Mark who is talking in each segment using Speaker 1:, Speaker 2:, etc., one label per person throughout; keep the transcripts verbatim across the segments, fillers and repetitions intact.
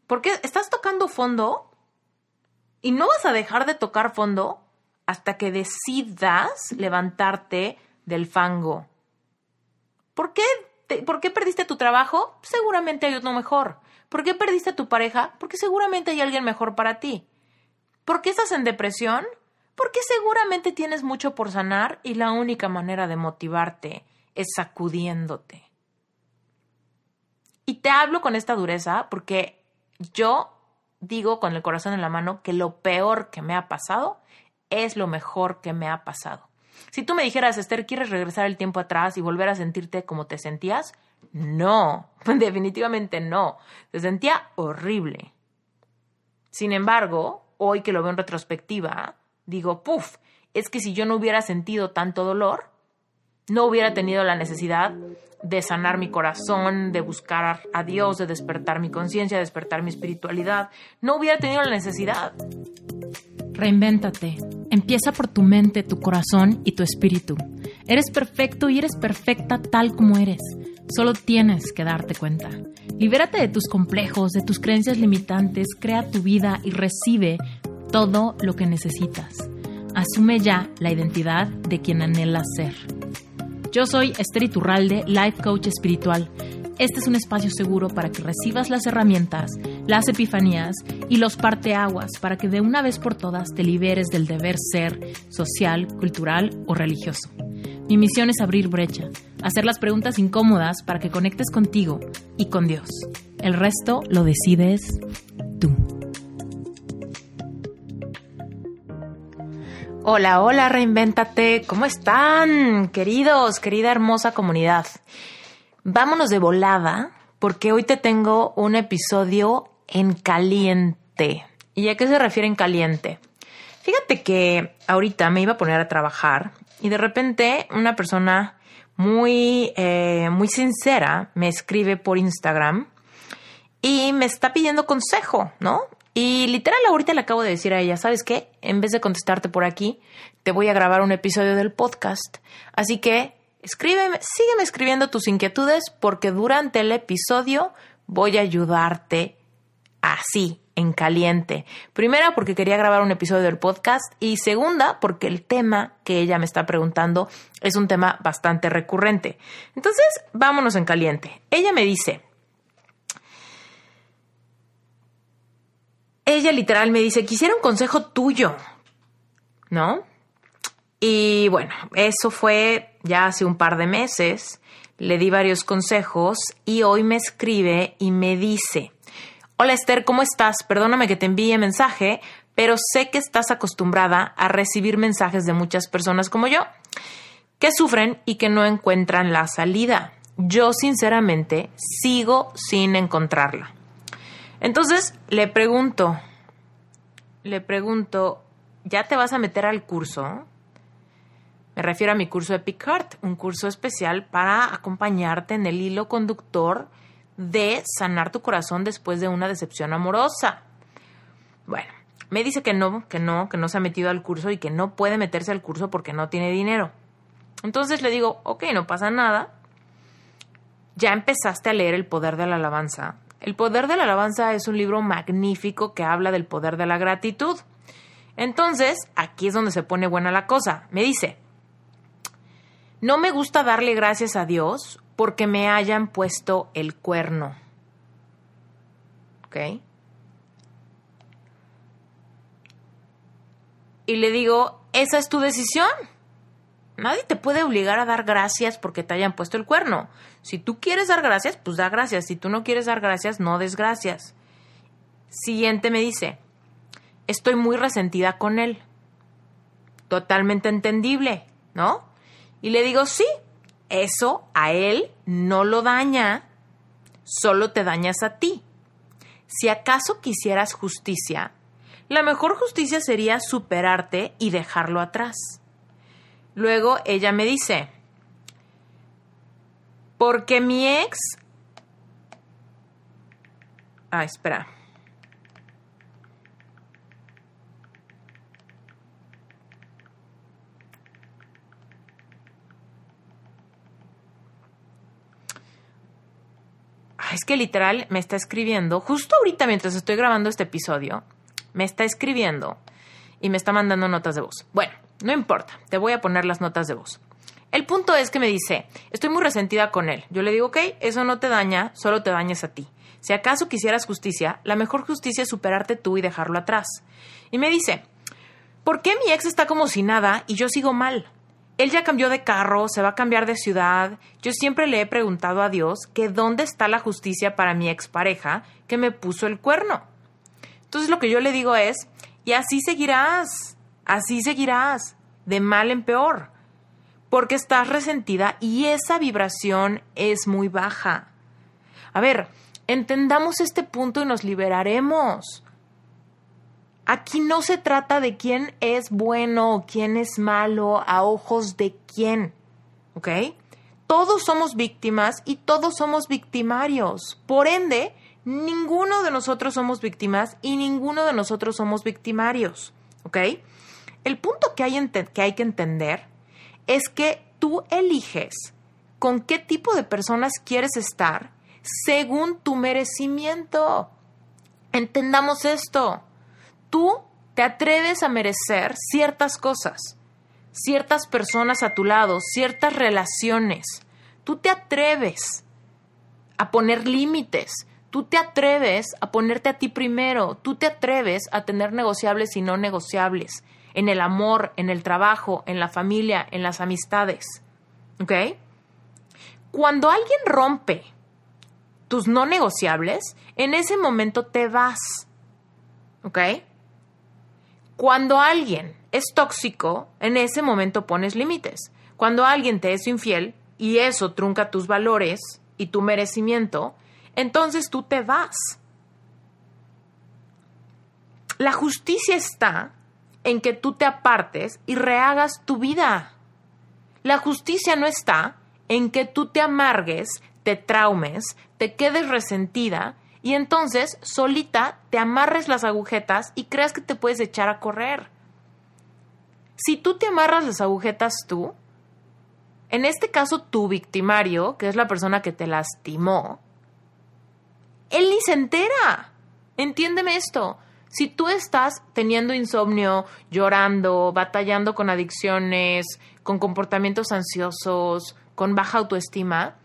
Speaker 1: Porque estás tocando fondo y no vas a dejar de tocar fondo hasta que decidas levantarte del fango. ¿Por qué, te, ¿Por qué perdiste tu trabajo? Seguramente hay uno mejor. ¿Por qué perdiste a tu pareja? Porque seguramente hay alguien mejor para ti. ¿Por qué estás en depresión? Porque seguramente tienes mucho por sanar y la única manera de motivarte es sacudiéndote. Y te hablo con esta dureza porque yo digo con el corazón en la mano que lo peor que me ha pasado es lo mejor que me ha pasado. Si tú me dijeras, Esther, ¿quieres regresar el tiempo atrás y volver a sentirte como te sentías? No, definitivamente no. Se sentía horrible. Sin embargo, hoy que lo veo en retrospectiva, digo, puf, es que si yo no hubiera sentido tanto dolor, no hubiera tenido la necesidad de sanar mi corazón, de buscar a Dios, de despertar mi conciencia, de despertar mi espiritualidad. No hubiera tenido la necesidad.
Speaker 2: Reinvéntate. Empieza por tu mente, tu corazón y tu espíritu. Eres perfecto y eres perfecta tal como eres. Solo tienes que darte cuenta. Libérate de tus complejos, de tus creencias limitantes, crea tu vida y recibe todo lo que necesitas. Asume ya la identidad de quien anhelas ser. Yo soy Esther Iturralde, Life Coach Espiritual. Este es un espacio seguro para que recibas las herramientas, las epifanías y los parteaguas para que de una vez por todas te liberes del deber ser social, cultural o religioso. Mi misión es abrir brecha, hacer las preguntas incómodas para que conectes contigo y con Dios. El resto lo decides tú.
Speaker 1: Hola, hola, reinvéntate. ¿Cómo están, queridos, querida hermosa comunidad? Vámonos de volada, porque hoy te tengo un episodio en caliente. ¿Y a qué se refiere en caliente? Fíjate que ahorita me iba a poner a trabajar y de repente una persona muy, eh, muy sincera me escribe por Instagram y me está pidiendo consejo, ¿no? Y literal ahorita le acabo de decir a ella, ¿sabes qué? En vez de contestarte por aquí, te voy a grabar un episodio del podcast. Así que escríbeme, sígueme escribiendo tus inquietudes porque durante el episodio voy a ayudarte así, en caliente. Primera, porque quería grabar un episodio del podcast y segunda, porque el tema que ella me está preguntando es un tema bastante recurrente. Entonces, vámonos en caliente. Ella me dice... Ella literal me dice, quisiera un consejo tuyo, ¿no? Y bueno, eso fue ya hace un par de meses. Le di varios consejos y hoy me escribe y me dice, hola Esther, ¿cómo estás? Perdóname que te envíe mensaje, pero sé que estás acostumbrada a recibir mensajes de muchas personas como yo, que sufren y que no encuentran la salida. Yo sinceramente sigo sin encontrarla. Entonces, le pregunto, le pregunto, ¿ya te vas a meter al curso? Me refiero a mi curso Epic Heart, un curso especial para acompañarte en el hilo conductor de sanar tu corazón después de una decepción amorosa. Bueno, me dice que no, que no, que no se ha metido al curso y que no puede meterse al curso porque no tiene dinero. Entonces le digo, ok, no pasa nada. Ya empezaste a leer El Poder de la Alabanza. El Poder de la Alabanza es un libro magnífico que habla del poder de la gratitud. Entonces, aquí es donde se pone buena la cosa. Me dice, no me gusta darle gracias a Dios porque me hayan puesto el cuerno. ¿Ok? Y le digo, esa es tu decisión. Nadie te puede obligar a dar gracias porque te hayan puesto el cuerno. Si tú quieres dar gracias, pues da gracias. Si tú no quieres dar gracias, no des gracias. Siguiente me dice, estoy muy resentida con él. Totalmente entendible, ¿no? Y le digo, sí, eso a él no lo daña, solo te dañas a ti. Si acaso quisieras justicia, la mejor justicia sería superarte y dejarlo atrás. Luego ella me dice, porque mi ex... Ah, espera. Ah, es que literal me está escribiendo, justo ahorita mientras estoy grabando este episodio, me está escribiendo y me está mandando notas de voz. Bueno, no importa, te voy a poner las notas de voz. El punto es que me dice, estoy muy resentida con él. Yo le digo, ok, eso no te daña, solo te dañas a ti. Si acaso quisieras justicia, la mejor justicia es superarte tú y dejarlo atrás. Y me dice, ¿por qué mi ex está como si nada y yo sigo mal? Él ya cambió de carro, se va a cambiar de ciudad. Yo siempre le he preguntado a Dios que dónde está la justicia para mi expareja que me puso el cuerno. Entonces lo que yo le digo es, y así seguirás, así seguirás, de mal en peor, porque estás resentida y esa vibración es muy baja. A ver, entendamos este punto y nos liberaremos. Aquí no se trata de quién es bueno o quién es malo a ojos de quién, ¿ok? Todos somos víctimas y todos somos victimarios. Por ende, ninguno de nosotros somos víctimas y ninguno de nosotros somos victimarios, ¿ok? El punto que hay, ente- que hay que entender es que tú eliges con qué tipo de personas quieres estar según tu merecimiento. Entendamos esto. Tú te atreves a merecer ciertas cosas, ciertas personas a tu lado, ciertas relaciones. Tú te atreves a poner límites. Tú te atreves a ponerte a ti primero. Tú te atreves a tener negociables y no negociables. En el amor, en el trabajo, en la familia, en las amistades. ¿Ok? Cuando alguien rompe tus no negociables, en ese momento te vas. ¿Ok? Cuando alguien es tóxico, en ese momento pones límites. Cuando alguien te es infiel y eso trunca tus valores y tu merecimiento, entonces tú te vas. La justicia está en que tú te apartes y rehagas tu vida. La justicia no está en que tú te amargues, te traumes, te quedes resentida y entonces solita te amarres las agujetas y creas que te puedes echar a correr. Si tú te amarras las agujetas tú, en este caso tu victimario, que es la persona que te lastimó, él ni se entera. Entiéndeme esto. Si tú estás teniendo insomnio, llorando, batallando con adicciones, con comportamientos ansiosos, con baja autoestima,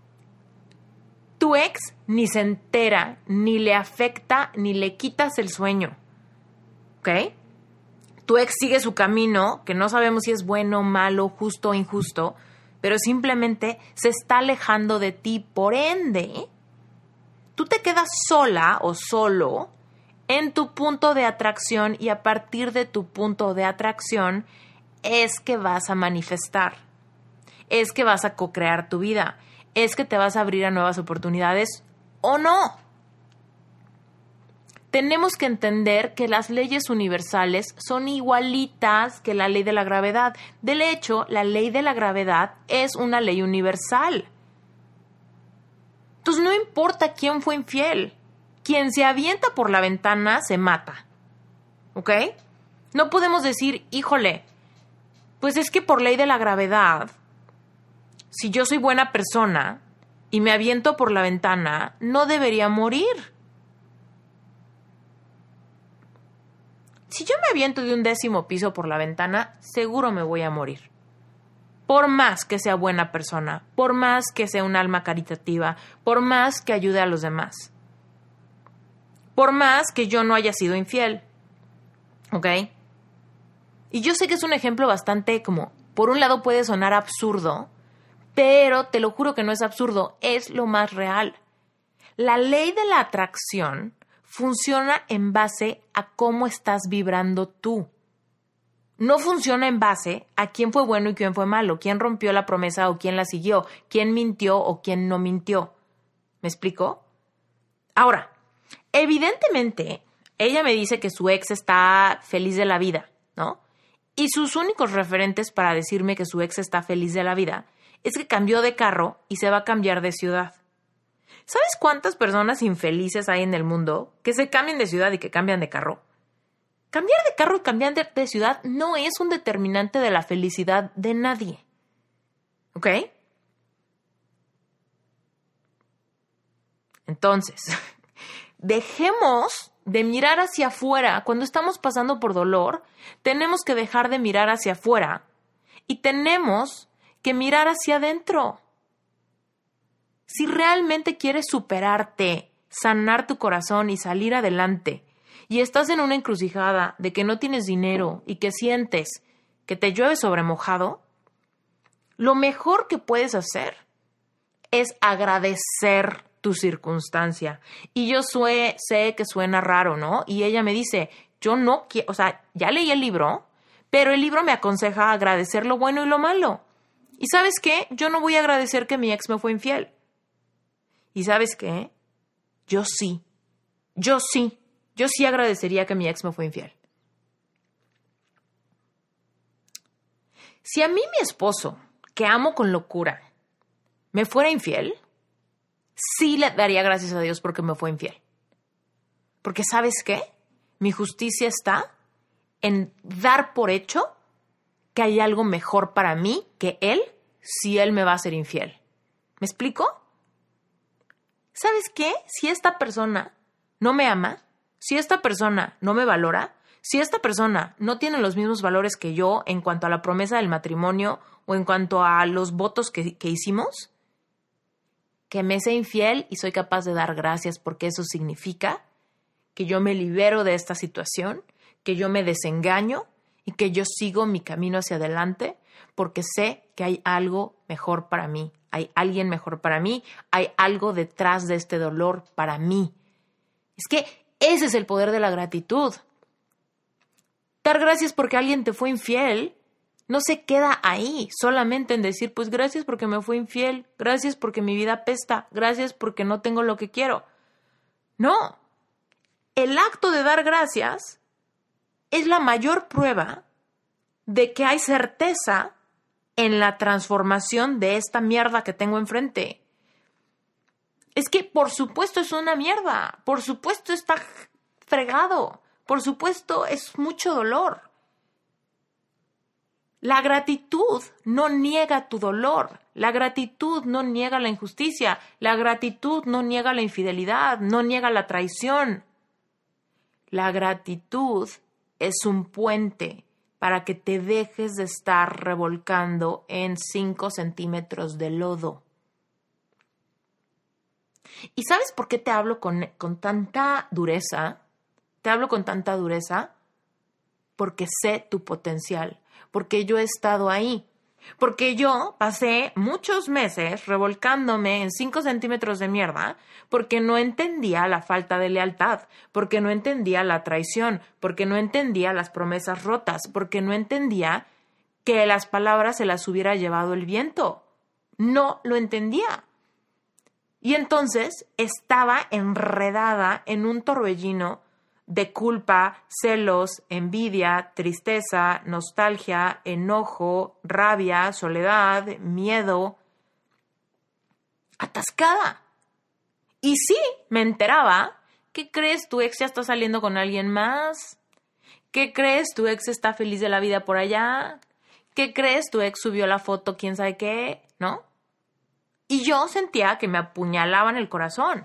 Speaker 1: tu ex ni se entera, ni le afecta, ni le quitas el sueño. ¿Ok? Tu ex sigue su camino, que no sabemos si es bueno, malo, justo o injusto, pero simplemente se está alejando de ti. Por ende, tú te quedas sola o solo en tu punto de atracción y a partir de tu punto de atracción es que vas a manifestar, es que vas a co-crear tu vida, es que te vas a abrir a nuevas oportunidades o no. Tenemos que entender que las leyes universales son igualitas que la ley de la gravedad. De hecho, la ley de la gravedad es una ley universal. Entonces no importa quién fue infiel. Quien se avienta por la ventana se mata. ¿Ok? No podemos decir, híjole, pues es que por ley de la gravedad, si yo soy buena persona y me aviento por la ventana, no debería morir. Si yo me aviento de un décimo piso por la ventana, seguro me voy a morir. Por más que sea buena persona, por más que sea un alma caritativa, por más que ayude a los demás. Por más que yo no haya sido infiel. ¿Ok? Y yo sé que es un ejemplo bastante como, por un lado puede sonar absurdo, pero te lo juro que no es absurdo, es lo más real. La ley de la atracción funciona en base a cómo estás vibrando tú. No funciona en base a quién fue bueno y quién fue malo, quién rompió la promesa o quién la siguió, quién mintió o quién no mintió. ¿Me explico? Ahora, evidentemente, ella me dice que su ex está feliz de la vida, ¿no? Y sus únicos referentes para decirme que su ex está feliz de la vida es que cambió de carro y se va a cambiar de ciudad. ¿Sabes cuántas personas infelices hay en el mundo que se cambian de ciudad y que cambian de carro? Cambiar de carro y cambiar de, de ciudad no es un determinante de la felicidad de nadie. ¿Ok? Entonces, dejemos de mirar hacia afuera. Cuando estamos pasando por dolor, tenemos que dejar de mirar hacia afuera y tenemos que mirar hacia adentro. Si realmente quieres superarte, sanar tu corazón y salir adelante, y estás en una encrucijada de que no tienes dinero y que sientes que te llueve sobre mojado, lo mejor que puedes hacer es agradecer tu circunstancia. Y yo sue, sé que suena raro, ¿no? Y ella me dice, yo no quiero, o sea, ya leí el libro, pero el libro me aconseja agradecer lo bueno y lo malo. ¿Y sabes qué? Yo no voy a agradecer que mi ex me fue infiel. ¿Y sabes qué? Yo sí, yo sí, yo sí agradecería que mi ex me fue infiel. Si a mí mi esposo, que amo con locura, me fuera infiel, sí le daría gracias a Dios porque me fue infiel. Porque ¿sabes qué? Mi justicia está en dar por hecho que hay algo mejor para mí que él si él me va a ser infiel. ¿Me explico? ¿Sabes qué? Si esta persona no me ama, si esta persona no me valora, si esta persona no tiene los mismos valores que yo en cuanto a la promesa del matrimonio o en cuanto a los votos que, que hicimos, que me sea infiel y soy capaz de dar gracias porque eso significa que yo me libero de esta situación, que yo me desengaño y que yo sigo mi camino hacia adelante porque sé que hay algo mejor para mí, hay alguien mejor para mí, hay algo detrás de este dolor para mí. Es que ese es el poder de la gratitud. Dar gracias porque alguien te fue infiel no se queda ahí, solamente en decir, pues gracias porque me fue infiel, gracias porque mi vida apesta, gracias porque no tengo lo que quiero. No, el acto de dar gracias es la mayor prueba de que hay certeza en la transformación de esta mierda que tengo enfrente. Es que por supuesto es una mierda, por supuesto está fregado, por supuesto es mucho dolor. La gratitud no niega tu dolor, la gratitud no niega la injusticia, la gratitud no niega la infidelidad, no niega la traición. La gratitud es un puente para que te dejes de estar revolcando en cinco centímetros de lodo. ¿Y sabes por qué te hablo con, con tanta dureza? Te hablo con tanta dureza porque sé tu potencial. Porque yo he estado ahí, porque yo pasé muchos meses revolcándome en cinco centímetros de mierda porque no entendía la falta de lealtad, porque no entendía la traición, porque no entendía las promesas rotas, porque no entendía que las palabras se las hubiera llevado el viento. No lo entendía. Y entonces estaba enredada en un torbellino de culpa, celos, envidia, tristeza, nostalgia, enojo, rabia, soledad, miedo, atascada. Y sí, me enteraba, ¿qué crees? Tu ex ya está saliendo con alguien más. ¿Qué crees? Tu ex está feliz de la vida por allá. ¿Qué crees? Tu ex subió la foto, quién sabe qué, ¿no? Y yo sentía que me apuñalaban el corazón.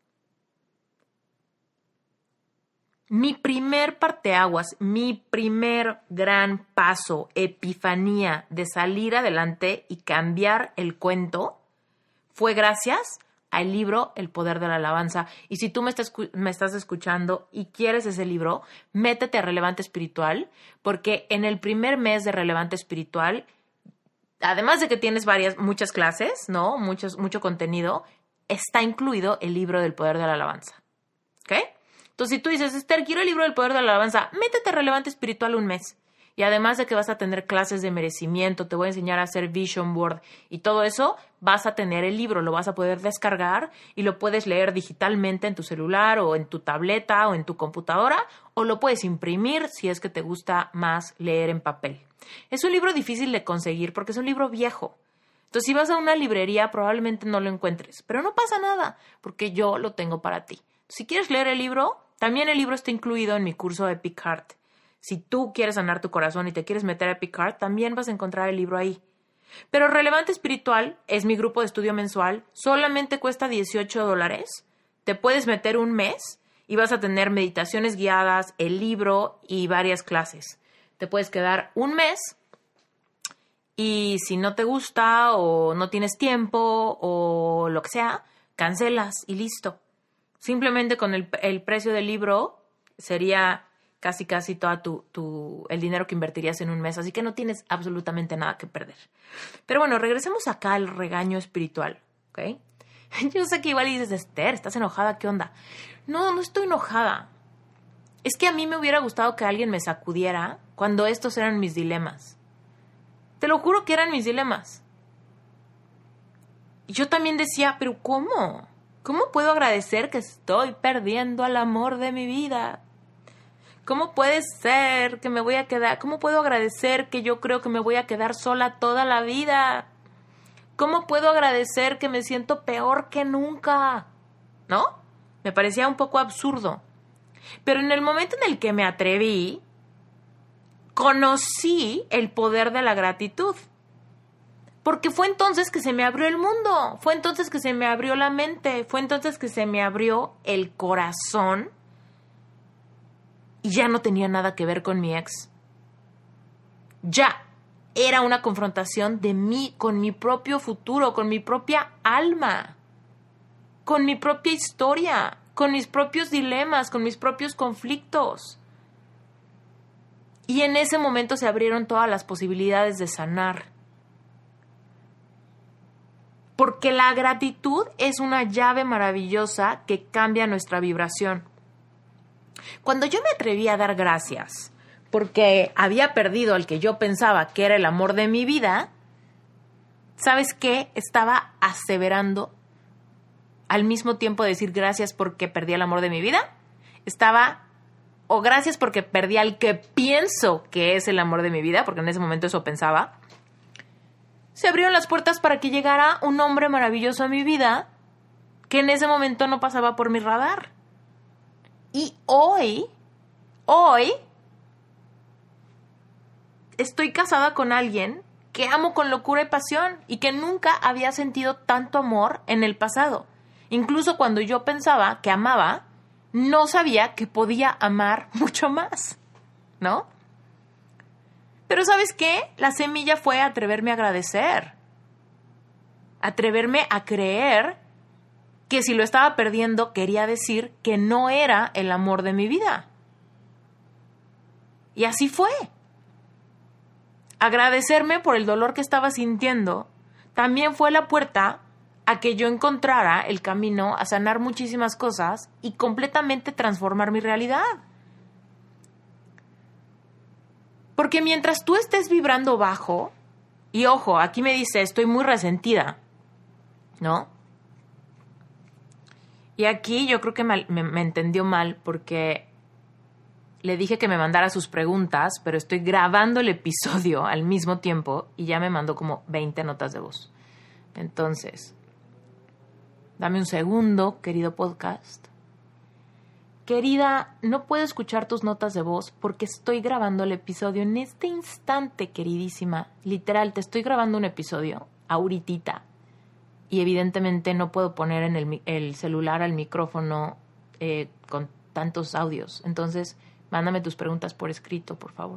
Speaker 1: Mi primer parteaguas, mi primer gran paso, epifanía de salir adelante y cambiar el cuento fue gracias al libro El Poder de la Alabanza. Y si tú me estás, me estás escuchando y quieres ese libro, métete a Relevante Espiritual, porque en el primer mes de Relevante Espiritual, además de que tienes varias, muchas clases, ¿no? Muchos, mucho contenido, está incluido el libro del Poder de la Alabanza. ¿Ok? Entonces, si tú dices, Esther, quiero el libro del Poder de la Alabanza, métete a Relevante Espiritual un mes. Y además de que vas a tener clases de merecimiento, te voy a enseñar a hacer vision board y todo eso, vas a tener el libro, lo vas a poder descargar y lo puedes leer digitalmente en tu celular o en tu tableta o en tu computadora, o lo puedes imprimir si es que te gusta más leer en papel. Es un libro difícil de conseguir porque es un libro viejo. Entonces, si vas a una librería, probablemente no lo encuentres. Pero no pasa nada, porque yo lo tengo para ti. Si quieres leer el libro, también el libro está incluido en mi curso Epic Heart. Si tú quieres sanar tu corazón y te quieres meter a Epic Heart, también vas a encontrar el libro ahí. Pero Relevante Espiritual es mi grupo de estudio mensual. Solamente cuesta dieciocho dólares. Te puedes meter un mes y vas a tener meditaciones guiadas, el libro y varias clases. Te puedes quedar un mes y si no te gusta o no tienes tiempo o lo que sea, cancelas y listo. Simplemente con el, el precio del libro sería casi casi toda tu, tu, el dinero que invertirías en un mes. Así que no tienes absolutamente nada que perder. Pero bueno, regresemos acá al regaño espiritual, ¿ok? Yo sé que igual dices, Esther, ¿estás enojada? ¿Qué onda? No, no estoy enojada. Es que a mí me hubiera gustado que alguien me sacudiera cuando estos eran mis dilemas. Te lo juro que eran mis dilemas. Y yo también decía, ¿pero cómo? ¿Cómo puedo agradecer que estoy perdiendo al amor de mi vida? ¿Cómo puede ser que me voy a quedar? ¿Cómo puedo agradecer que yo creo que me voy a quedar sola toda la vida? ¿Cómo puedo agradecer que me siento peor que nunca? ¿No? Me parecía un poco absurdo. Pero en el momento en el que me atreví, conocí el poder de la gratitud. Porque fue entonces que se me abrió el mundo, fue entonces que se me abrió la mente, fue entonces que se me abrió el corazón y ya no tenía nada que ver con mi ex. Ya era una confrontación de mí con mi propio futuro, con mi propia alma, con mi propia historia, con mis propios dilemas, con mis propios conflictos. Y en ese momento se abrieron todas las posibilidades de sanar. Porque la gratitud es una llave maravillosa que cambia nuestra vibración. Cuando yo me atreví a dar gracias porque había perdido al que yo pensaba que era el amor de mi vida, ¿sabes qué? Estaba aseverando al mismo tiempo de decir gracias porque perdí el amor de mi vida. Estaba, o gracias porque perdí al que pienso que es el amor de mi vida, porque en ese momento eso pensaba. Se abrieron las puertas para que llegara un hombre maravilloso a mi vida que en ese momento no pasaba por mi radar. Y hoy, hoy, estoy casada con alguien que amo con locura y pasión y que nunca había sentido tanto amor en el pasado. Incluso cuando yo pensaba que amaba, no sabía que podía amar mucho más, ¿no? Pero ¿sabes qué? La semilla fue atreverme a agradecer. Atreverme a creer que si lo estaba perdiendo quería decir que no era el amor de mi vida. Y así fue. Agradecerme por el dolor que estaba sintiendo también fue la puerta a que yo encontrara el camino a sanar muchísimas cosas y completamente transformar mi realidad. Porque mientras tú estés vibrando bajo, y ojo, aquí me dice, estoy muy resentida, ¿no? Y aquí yo creo que me, me, me entendió mal porque le dije que me mandara sus preguntas, pero estoy grabando el episodio al mismo tiempo y ya me mandó como veinte notas de voz. Entonces, dame un segundo, querido podcast. Querida, no puedo escuchar tus notas de voz porque estoy grabando el episodio en este instante, queridísima. Literal, te estoy grabando un episodio ahorita. Y evidentemente no puedo poner en el, el celular al micrófono eh, con tantos audios. Entonces, mándame tus preguntas por escrito, por favor.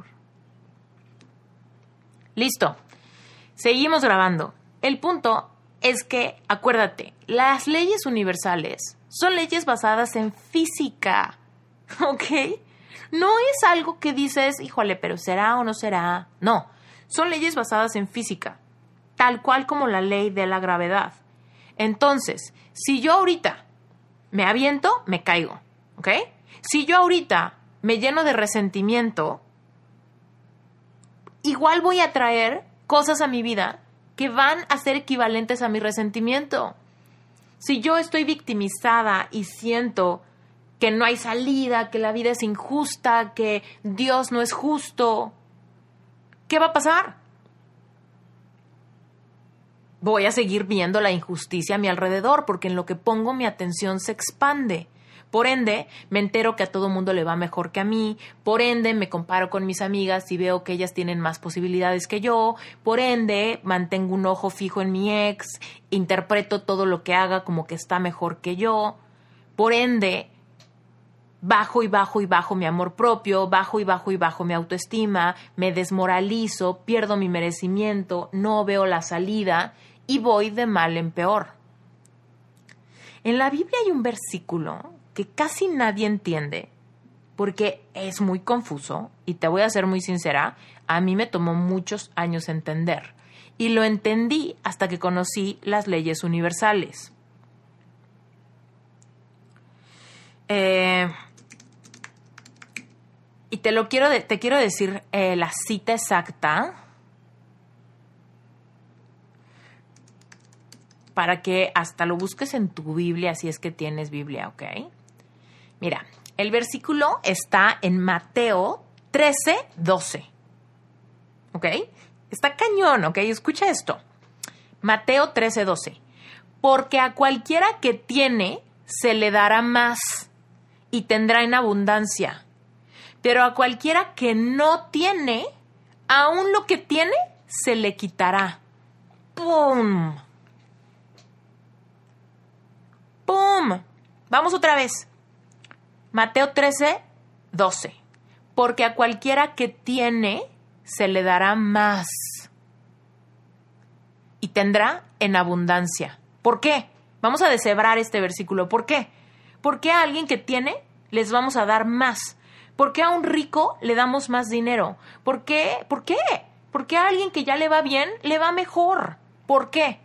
Speaker 1: Listo. Seguimos grabando. El punto es que, acuérdate, las leyes universales son leyes basadas en física, ¿ok? No es algo que dices, híjole, pero ¿será o no será? No, son leyes basadas en física, tal cual como la ley de la gravedad. Entonces, si yo ahorita me aviento, me caigo, ¿ok? Si yo ahorita me lleno de resentimiento, igual voy a traer cosas a mi vida que van a ser equivalentes a mi resentimiento. Si yo estoy victimizada y siento que no hay salida, que la vida es injusta, que Dios no es justo, ¿qué va a pasar? Voy a seguir viendo la injusticia a mi alrededor porque en lo que pongo mi atención se expande. Por ende, me entero que a todo mundo le va mejor que a mí. Por ende, me comparo con mis amigas y veo que ellas tienen más posibilidades que yo. Por ende, mantengo un ojo fijo en mi ex. Interpreto todo lo que haga como que está mejor que yo. Por ende, bajo y bajo y bajo mi amor propio, bajo y bajo y bajo mi autoestima, me desmoralizo, pierdo mi merecimiento, no veo la salida y voy de mal en peor. En la Biblia hay un versículo que casi nadie entiende porque es muy confuso y te voy a ser muy sincera, a mí me tomó muchos años entender y lo entendí hasta que conocí las leyes universales. Eh... Y te lo quiero, de, te quiero decir eh, la cita exacta para que hasta lo busques en tu Biblia, si es que tienes Biblia, ¿ok? Mira, el versículo está en Mateo trece, doce, ¿ok? Está cañón, ¿ok? Escucha esto. Mateo trece, doce. Porque a cualquiera que tiene, se le dará más y tendrá en abundancia. Pero a cualquiera que no tiene, aún lo que tiene, se le quitará. ¡Pum! ¡Pum! Vamos otra vez. Mateo trece, doce. Porque a cualquiera que tiene, se le dará más. Y tendrá en abundancia. ¿Por qué? Vamos a deshebrar este versículo. ¿Por qué? Porque a alguien que tiene, les vamos a dar más. ¿Por qué a un rico le damos más dinero? ¿Por qué? ¿Por qué? ¿Por qué a alguien que ya le va bien, le va mejor? ¿Por qué?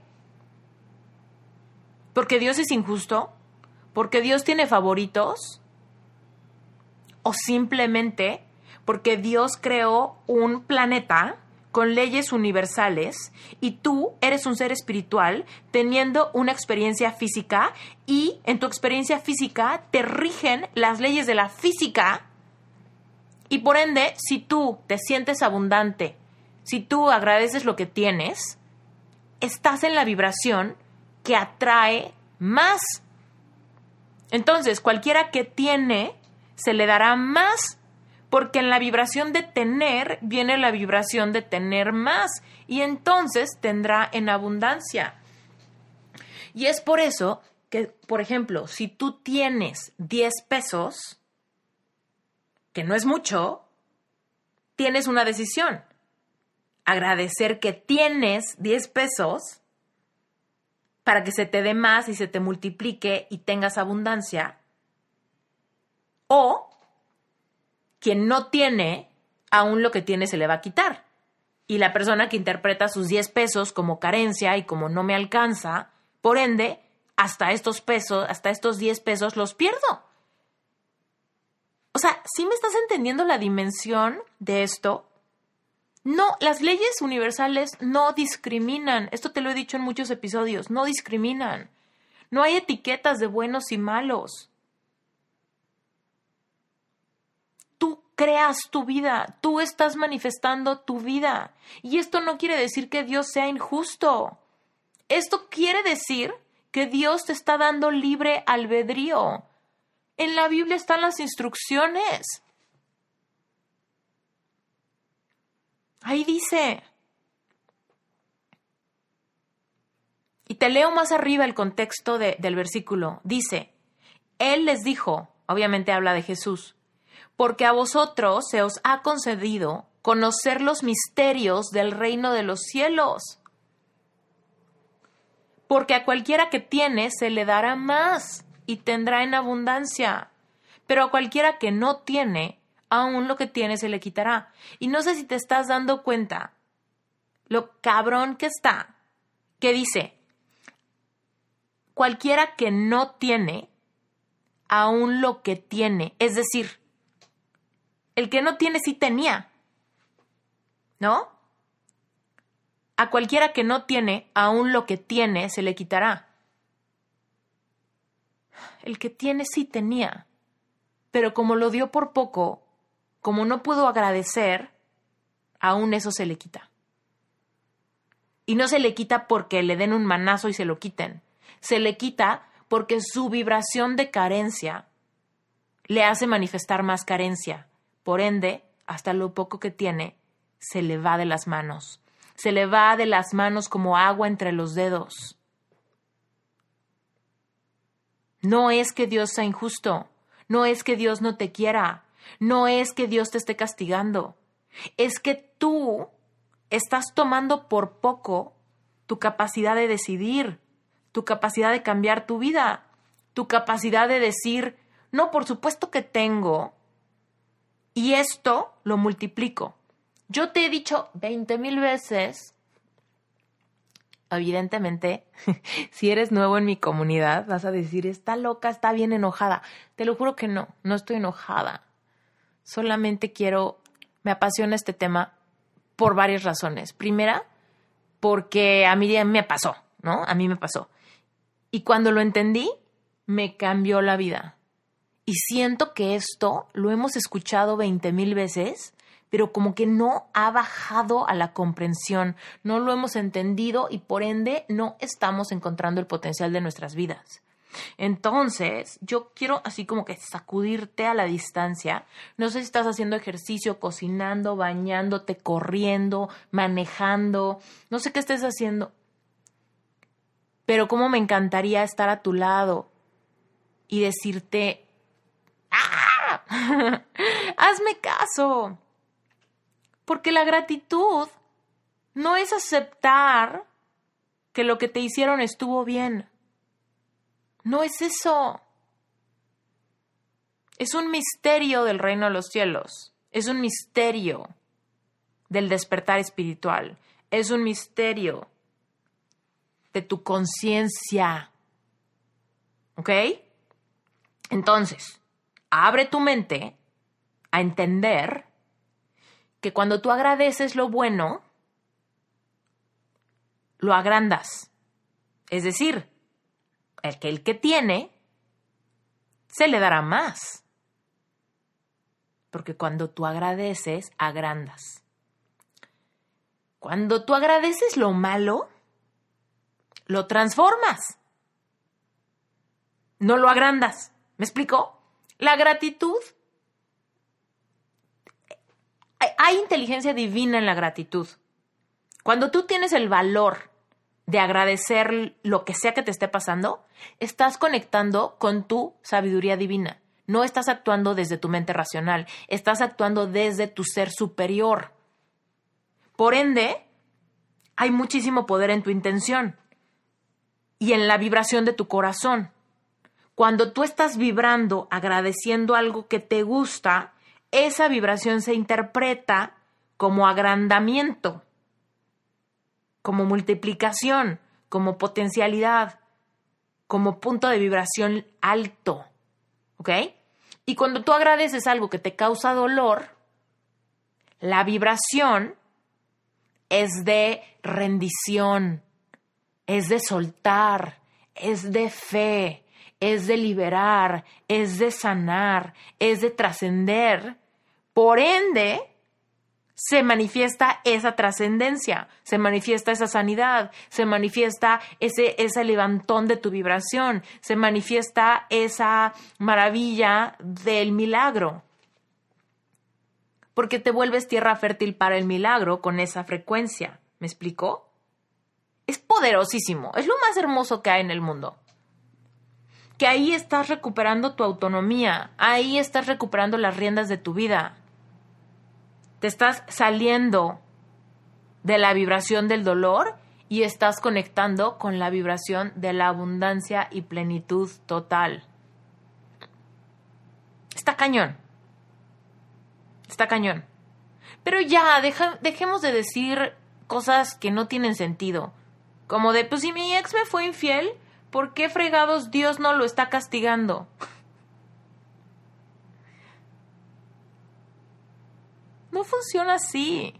Speaker 1: ¿Porque Dios es injusto? ¿Porque Dios tiene favoritos? ¿O simplemente porque Dios creó un planeta con leyes universales y tú eres un ser espiritual teniendo una experiencia física y en tu experiencia física te rigen las leyes de la física? Y por ende, si tú te sientes abundante, si tú agradeces lo que tienes, estás en la vibración que atrae más. Entonces, cualquiera que tiene, se le dará más, porque en la vibración de tener viene la vibración de tener más, y entonces tendrá en abundancia. Y es por eso que, por ejemplo, si tú tienes diez pesos, que no es mucho, tienes una decisión. Agradecer que tienes diez pesos para que se te dé más y se te multiplique y tengas abundancia. O quien no tiene, aún lo que tiene se le va a quitar. Y la persona que interpreta sus diez pesos como carencia y como no me alcanza, por ende, hasta estos pesos, hasta estos diez pesos los pierdo. O sea, ¿sí me estás entendiendo la dimensión de esto? No, las leyes universales no discriminan. Esto te lo he dicho en muchos episodios. No discriminan. No hay etiquetas de buenos y malos. Tú creas tu vida. Tú estás manifestando tu vida. Y esto no quiere decir que Dios sea injusto. Esto quiere decir que Dios te está dando libre albedrío. En la Biblia están las instrucciones. Ahí dice. Y te leo más arriba el contexto de, del versículo. Dice, Él les dijo, obviamente habla de Jesús, porque a vosotros se os ha concedido conocer los misterios del reino de los cielos. Porque a cualquiera que tiene se le dará más y tendrá en abundancia. Pero a cualquiera que no tiene, aún lo que tiene se le quitará. Y no sé si te estás dando cuenta lo cabrón que está, que dice, cualquiera que no tiene, aún lo que tiene. Es decir, el que no tiene sí tenía, ¿no? A cualquiera que no tiene, aún lo que tiene se le quitará. El que tiene sí tenía, pero como lo dio por poco, como no pudo agradecer, aún eso se le quita. Y no se le quita porque le den un manazo y se lo quiten. Se le quita porque su vibración de carencia le hace manifestar más carencia. Por ende, hasta lo poco que tiene, se le va de las manos. Se le va de las manos como agua entre los dedos. No es que Dios sea injusto. No es que Dios no te quiera. No es que Dios te esté castigando. Es que tú estás tomando por poco tu capacidad de decidir, tu capacidad de cambiar tu vida, tu capacidad de decir, no, por supuesto que tengo, y esto lo multiplico. Yo te he dicho veinte mil veces, evidentemente, si eres nuevo en mi comunidad, vas a decir, está loca, está bien enojada. Te lo juro que no, no estoy enojada. Solamente quiero, me apasiona este tema por varias razones. Primera, porque a mí me pasó, ¿no? A mí me pasó. Y cuando lo entendí, me cambió la vida. Y siento que esto lo hemos escuchado veinte mil veces, pero como que no ha bajado a la comprensión, no lo hemos entendido y por ende no estamos encontrando el potencial de nuestras vidas. Entonces, yo quiero así como que sacudirte a la distancia. No sé si estás haciendo ejercicio, cocinando, bañándote, corriendo, manejando, no sé qué estés haciendo, pero cómo me encantaría estar a tu lado y decirte, ¡ah! Hazme caso. Porque la gratitud no es aceptar que lo que te hicieron estuvo bien. No es eso. Es un misterio del reino de los cielos. Es un misterio del despertar espiritual. Es un misterio de tu conciencia. ¿Ok? Entonces, abre tu mente a entender que cuando tú agradeces lo bueno, lo agrandas. Es decir, el que el que tiene, se le dará más. Porque cuando tú agradeces, agrandas. Cuando tú agradeces lo malo, lo transformas. No lo agrandas. ¿Me explico? La gratitud. Hay inteligencia divina en la gratitud. Cuando tú tienes el valor de agradecer lo que sea que te esté pasando, estás conectando con tu sabiduría divina. No estás actuando desde tu mente racional, estás actuando desde tu ser superior. Por ende, hay muchísimo poder en tu intención y en la vibración de tu corazón. Cuando tú estás vibrando, agradeciendo algo que te gusta, esa vibración se interpreta como agrandamiento, como multiplicación, como potencialidad, como punto de vibración alto, ¿ok? Y cuando tú agradeces algo que te causa dolor, la vibración es de rendición, es de soltar, es de fe, es de liberar, es de sanar, es de trascender. Por ende, se manifiesta esa trascendencia, se manifiesta esa sanidad, se manifiesta ese, ese levantón de tu vibración, se manifiesta esa maravilla del milagro. Porque te vuelves tierra fértil para el milagro con esa frecuencia. ¿Me explicó? Es poderosísimo, es lo más hermoso que hay en el mundo. Que ahí estás recuperando tu autonomía, ahí estás recuperando las riendas de tu vida. Te estás saliendo de la vibración del dolor y estás conectando con la vibración de la abundancia y plenitud total. Está cañón. Está cañón. Pero ya, deja, dejemos de decir cosas que no tienen sentido. Como de, pues si mi ex me fue infiel, ¿por qué fregados Dios no lo está castigando? No funciona así.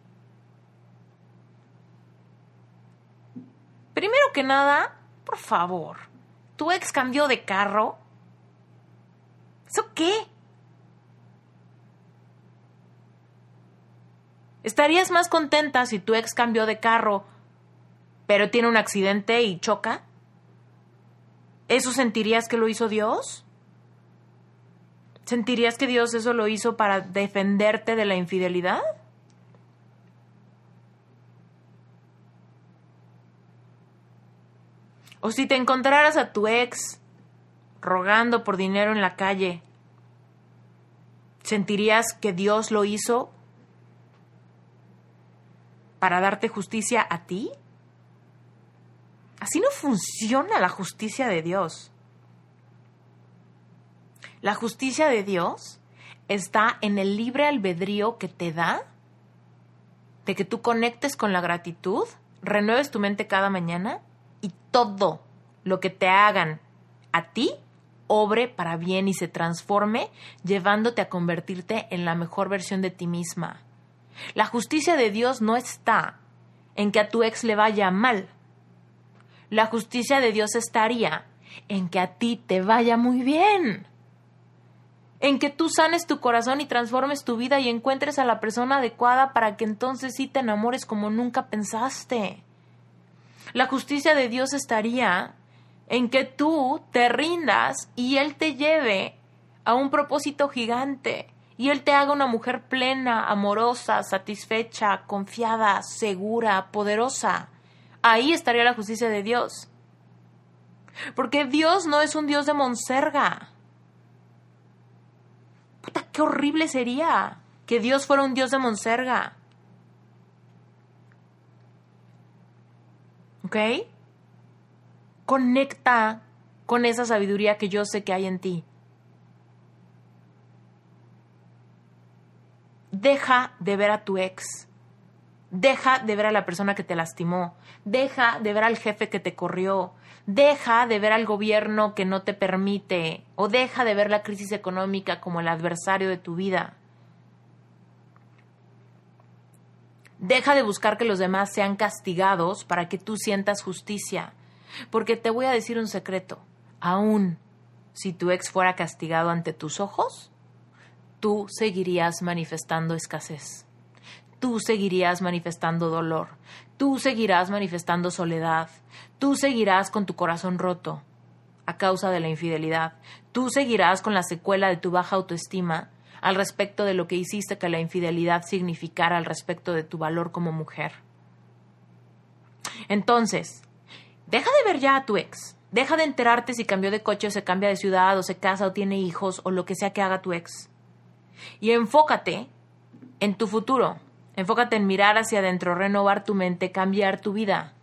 Speaker 1: Primero que nada, por favor, ¿tu ex cambió de carro? ¿Eso qué? ¿Estarías más contenta si tu ex cambió de carro, pero tiene un accidente y choca? ¿Eso sentirías que lo hizo Dios? ¿Sentirías que Dios eso lo hizo para defenderte de la infidelidad? O si te encontraras a tu ex rogando por dinero en la calle, ¿sentirías que Dios lo hizo para darte justicia a ti? Así no funciona la justicia de Dios. La justicia de Dios está en el libre albedrío que te da de que tú conectes con la gratitud, renueves tu mente cada mañana y todo lo que te hagan a ti obre para bien y se transforme, llevándote a convertirte en la mejor versión de ti misma. La justicia de Dios no está en que a tu ex le vaya mal. La justicia de Dios estaría en que a ti te vaya muy bien. En que tú sanes tu corazón y transformes tu vida y encuentres a la persona adecuada para que entonces sí te enamores como nunca pensaste. La justicia de Dios estaría en que tú te rindas y Él te lleve a un propósito gigante y Él te haga una mujer plena, amorosa, satisfecha, confiada, segura, poderosa. Ahí estaría la justicia de Dios. Porque Dios no es un Dios de monserga. Puta, qué horrible sería que Dios fuera un Dios de monserga. ¿Ok? Conecta con esa sabiduría que yo sé que hay en ti. Deja de ver a tu ex. Deja de ver a la persona que te lastimó. Deja de ver al jefe que te corrió. Deja de ver al gobierno que no te permite. O deja de ver la crisis económica como el adversario de tu vida. Deja de buscar que los demás sean castigados para que tú sientas justicia. Porque te voy a decir un secreto. Aún si tu ex fuera castigado ante tus ojos, tú seguirías manifestando escasez. Tú seguirías manifestando dolor. Tú seguirás manifestando soledad. Tú seguirás con tu corazón roto a causa de la infidelidad. Tú seguirás con la secuela de tu baja autoestima al respecto de lo que hiciste que la infidelidad significara al respecto de tu valor como mujer. Entonces, deja de ver ya a tu ex. Deja de enterarte si cambió de coche o se cambia de ciudad o se casa o tiene hijos o lo que sea que haga tu ex. Y enfócate en tu futuro. Enfócate en mirar hacia adentro, renovar tu mente, cambiar tu vida.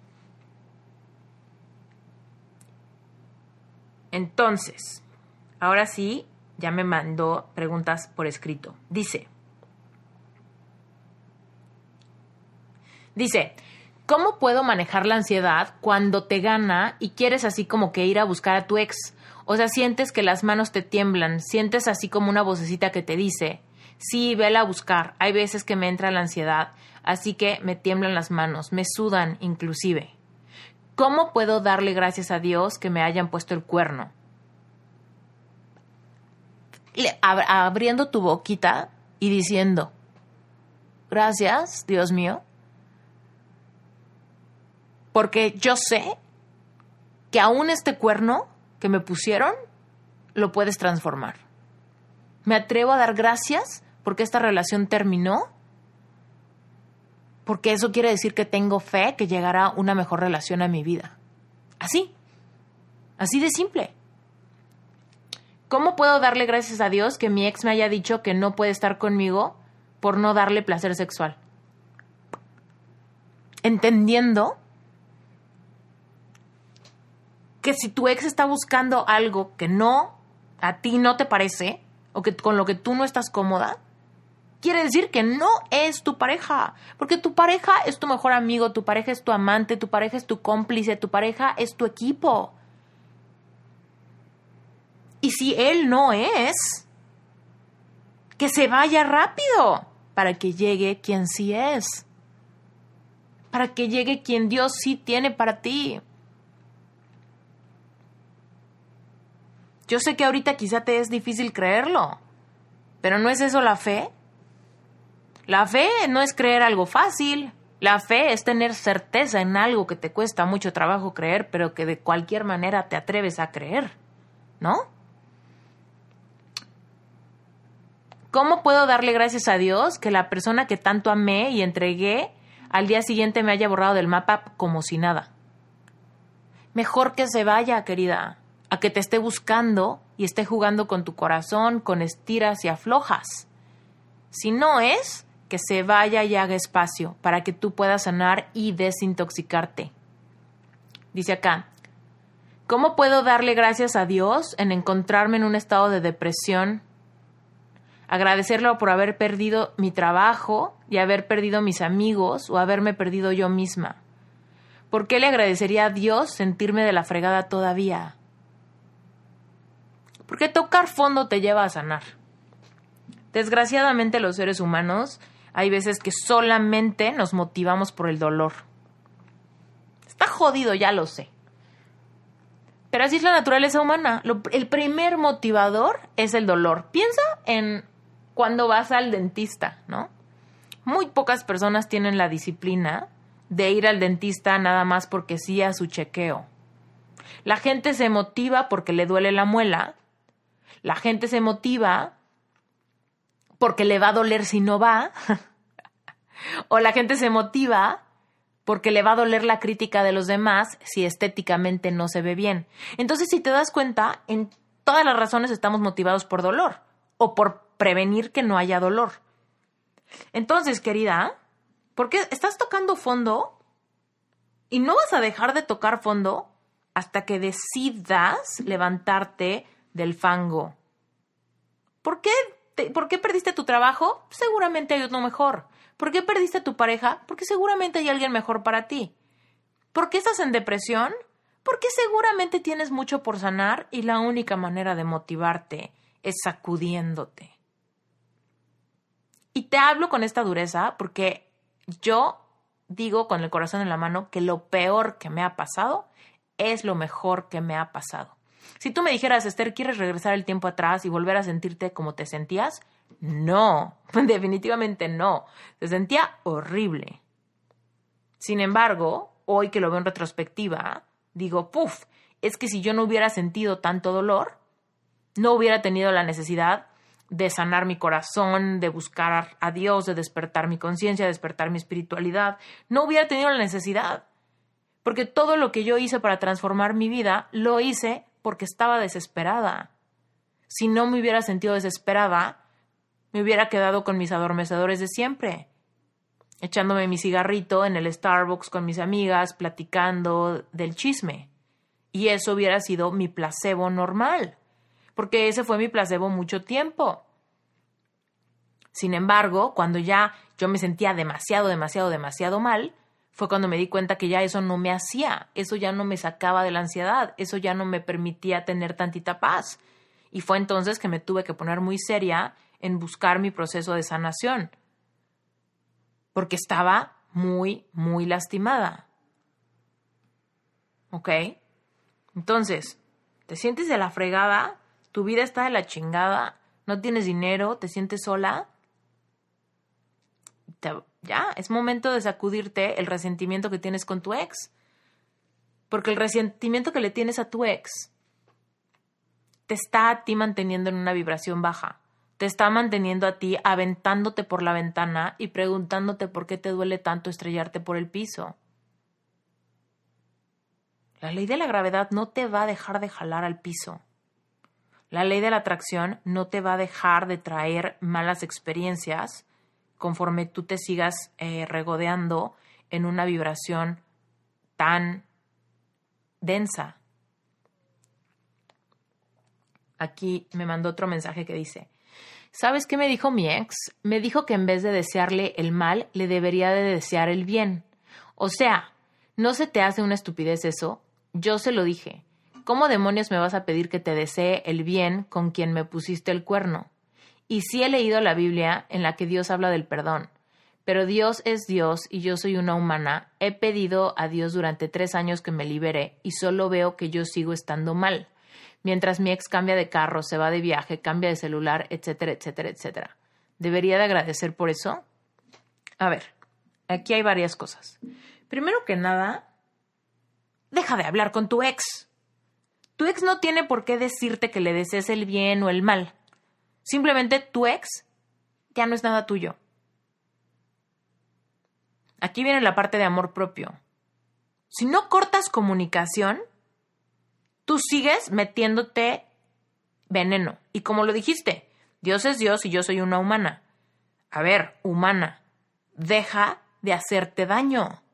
Speaker 1: Entonces, ahora sí, ya me mandó preguntas por escrito. Dice, dice, ¿cómo puedo manejar la ansiedad cuando te gana y quieres así como que ir a buscar a tu ex? O sea, sientes que las manos te tiemblan, sientes así como una vocecita que te dice, sí, vela a buscar. Hay veces que me entra la ansiedad, así que me tiemblan las manos, me sudan inclusive. ¿Cómo puedo darle gracias a Dios que me hayan puesto el cuerno? Le, ab- abriendo tu boquita y diciendo, gracias, Dios mío, porque yo sé que aún este cuerno que me pusieron, lo puedes transformar. Me atrevo a dar gracias porque esta relación terminó, porque eso quiere decir que tengo fe que llegará una mejor relación a mi vida. Así, así de simple. ¿Cómo puedo darle gracias a Dios que mi ex me haya dicho que no puede estar conmigo por no darle placer sexual? Entendiendo que si tu ex está buscando algo que no, a ti no te parece, o que con lo que tú no estás cómoda, quiere decir que no es tu pareja. Porque tu pareja es tu mejor amigo, tu pareja es tu amante, tu pareja es tu cómplice, tu pareja es tu equipo. Y si él no es, que se vaya rápido para que llegue quien sí es. Para que llegue quien Dios sí tiene para ti. Yo sé que ahorita quizá te es difícil creerlo, pero ¿no es eso la fe? La fe no es creer algo fácil. La fe es tener certeza en algo que te cuesta mucho trabajo creer, pero que de cualquier manera te atreves a creer, ¿no? ¿Cómo puedo darle gracias a Dios que la persona que tanto amé y entregué al día siguiente me haya borrado del mapa como si nada? Mejor que se vaya, querida. a que te esté buscando y esté jugando con tu corazón, con estiras y aflojas. Si no es, que se vaya y haga espacio para que tú puedas sanar y desintoxicarte. Dice acá, ¿cómo puedo darle gracias a Dios en encontrarme en un estado de depresión? Agradecerlo por haber perdido mi trabajo y haber perdido mis amigos o haberme perdido yo misma. ¿Por qué le agradecería a Dios sentirme de la fregada todavía? Porque tocar fondo te lleva a sanar. Desgraciadamente los seres humanos hay veces que solamente nos motivamos por el dolor. Está jodido, ya lo sé. Pero así es la naturaleza humana. Lo, el primer motivador es el dolor. Piensa en cuando vas al dentista, ¿no? Muy pocas personas tienen la disciplina de ir al dentista nada más porque sí a su chequeo. La gente se motiva porque le duele la muela. La gente se motiva porque le va a doler si no va. O la gente se motiva porque le va a doler la crítica de los demás si estéticamente no se ve bien. Entonces, si te das cuenta, en todas las razones estamos motivados por dolor o por prevenir que no haya dolor. Entonces, querida, ¿por qué estás tocando fondo? Y no vas a dejar de tocar fondo hasta que decidas levantarte del fango. ¿Por qué, te, ¿Por qué perdiste tu trabajo? Seguramente hay otro mejor. ¿Por qué perdiste a tu pareja? Porque seguramente hay alguien mejor para ti. ¿Por qué estás en depresión? Porque seguramente tienes mucho por sanar y la única manera de motivarte es sacudiéndote. Y te hablo con esta dureza porque yo digo con el corazón en la mano que lo peor que me ha pasado es lo mejor que me ha pasado. Si tú me dijeras, Esther, ¿quieres regresar el tiempo atrás y volver a sentirte como te sentías? No, definitivamente no. Se sentía horrible. Sin embargo, hoy que lo veo en retrospectiva, digo, puf, es que si yo no hubiera sentido tanto dolor, no hubiera tenido la necesidad de sanar mi corazón, de buscar a Dios, de despertar mi conciencia, de despertar mi espiritualidad. No hubiera tenido la necesidad. Porque todo lo que yo hice para transformar mi vida, lo hice porque estaba desesperada. Si no me hubiera sentido desesperada, me hubiera quedado con mis adormecedores de siempre, echándome mi cigarrito en el Starbucks con mis amigas, platicando del chisme. Y eso hubiera sido mi placebo normal, porque ese fue mi placebo mucho tiempo. Sin embargo, cuando ya yo me sentía demasiado, demasiado, demasiado mal, fue cuando me di cuenta que ya eso no me hacía, eso ya no me sacaba de la ansiedad, eso ya no me permitía tener tantita paz. Y fue entonces que me tuve que poner muy seria en buscar mi proceso de sanación, porque estaba muy, muy lastimada. ¿Ok? Entonces, ¿te sientes de la fregada? ¿Tu vida está de la chingada? ¿No tienes dinero? ¿Te sientes sola? Te, ya, es momento de sacudirte el resentimiento que tienes con tu ex. Porque el resentimiento que le tienes a tu ex te está a ti manteniendo en una vibración baja. Te está manteniendo a ti aventándote por la ventana y preguntándote por qué te duele tanto estrellarte por el piso. La ley de la gravedad no te va a dejar de jalar al piso. La ley de la atracción no te va a dejar de traer malas experiencias conforme tú te sigas eh, regodeando en una vibración tan densa. Aquí me mandó otro mensaje que dice, ¿sabes qué me dijo mi ex? Me dijo que en vez de desearle el mal, le debería de desear el bien. O sea, ¿no se te hace una estupidez eso? Yo se lo dije. ¿Cómo demonios me vas a pedir que te desee el bien con quien me pusiste el cuerno? Y sí he leído la Biblia en la que Dios habla del perdón. Pero Dios es Dios y yo soy una humana. He pedido a Dios durante tres años que me libere y solo veo que yo sigo estando mal. Mientras mi ex cambia de carro, se va de viaje, cambia de celular, etcétera, etcétera, etcétera. ¿Debería de agradecer por eso? A ver, aquí hay varias cosas. Primero que nada, deja de hablar con tu ex. Tu ex no tiene por qué decirte que le desees el bien o el mal. Simplemente tu ex ya no es nada tuyo. Aquí viene la parte de amor propio. Si no cortas comunicación, tú sigues metiéndote veneno. Y como lo dijiste, Dios es Dios y yo soy una humana. A ver, humana, deja de hacerte daño.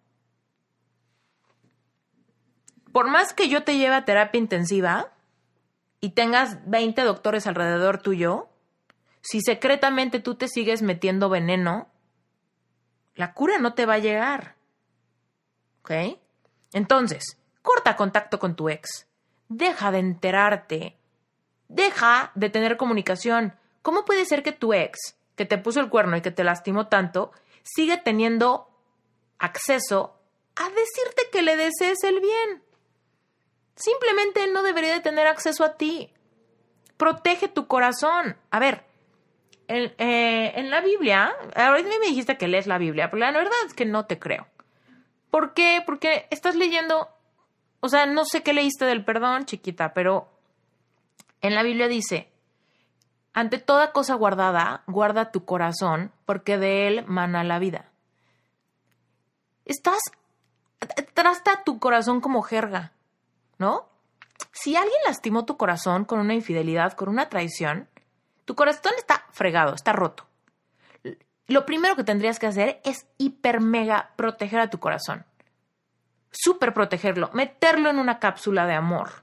Speaker 1: Por más que yo te lleve a terapia intensiva y tengas veinte doctores alrededor tuyo, si secretamente tú te sigues metiendo veneno, la cura no te va a llegar. ¿Ok? Entonces, corta contacto con tu ex. Deja de enterarte. Deja de tener comunicación. ¿Cómo puede ser que tu ex, que te puso el cuerno y que te lastimó tanto, siga teniendo acceso a decirte que le desees el bien? Simplemente él no debería de tener acceso a ti. Protege tu corazón. A ver, en, eh, en la Biblia, ahorita me dijiste que lees la Biblia, pero la verdad es que no te creo. ¿Por qué? Porque estás leyendo, o sea, no sé qué leíste del perdón, chiquita, pero en la Biblia dice, ante toda cosa guardada, guarda tu corazón, porque de él mana la vida. Estás, trata tu corazón como jerga, ¿no? Si alguien lastimó tu corazón con una infidelidad, con una traición, tu corazón está fregado, está roto. Lo primero que tendrías que hacer es hiper mega proteger a tu corazón. Súper protegerlo, meterlo en una cápsula de amor.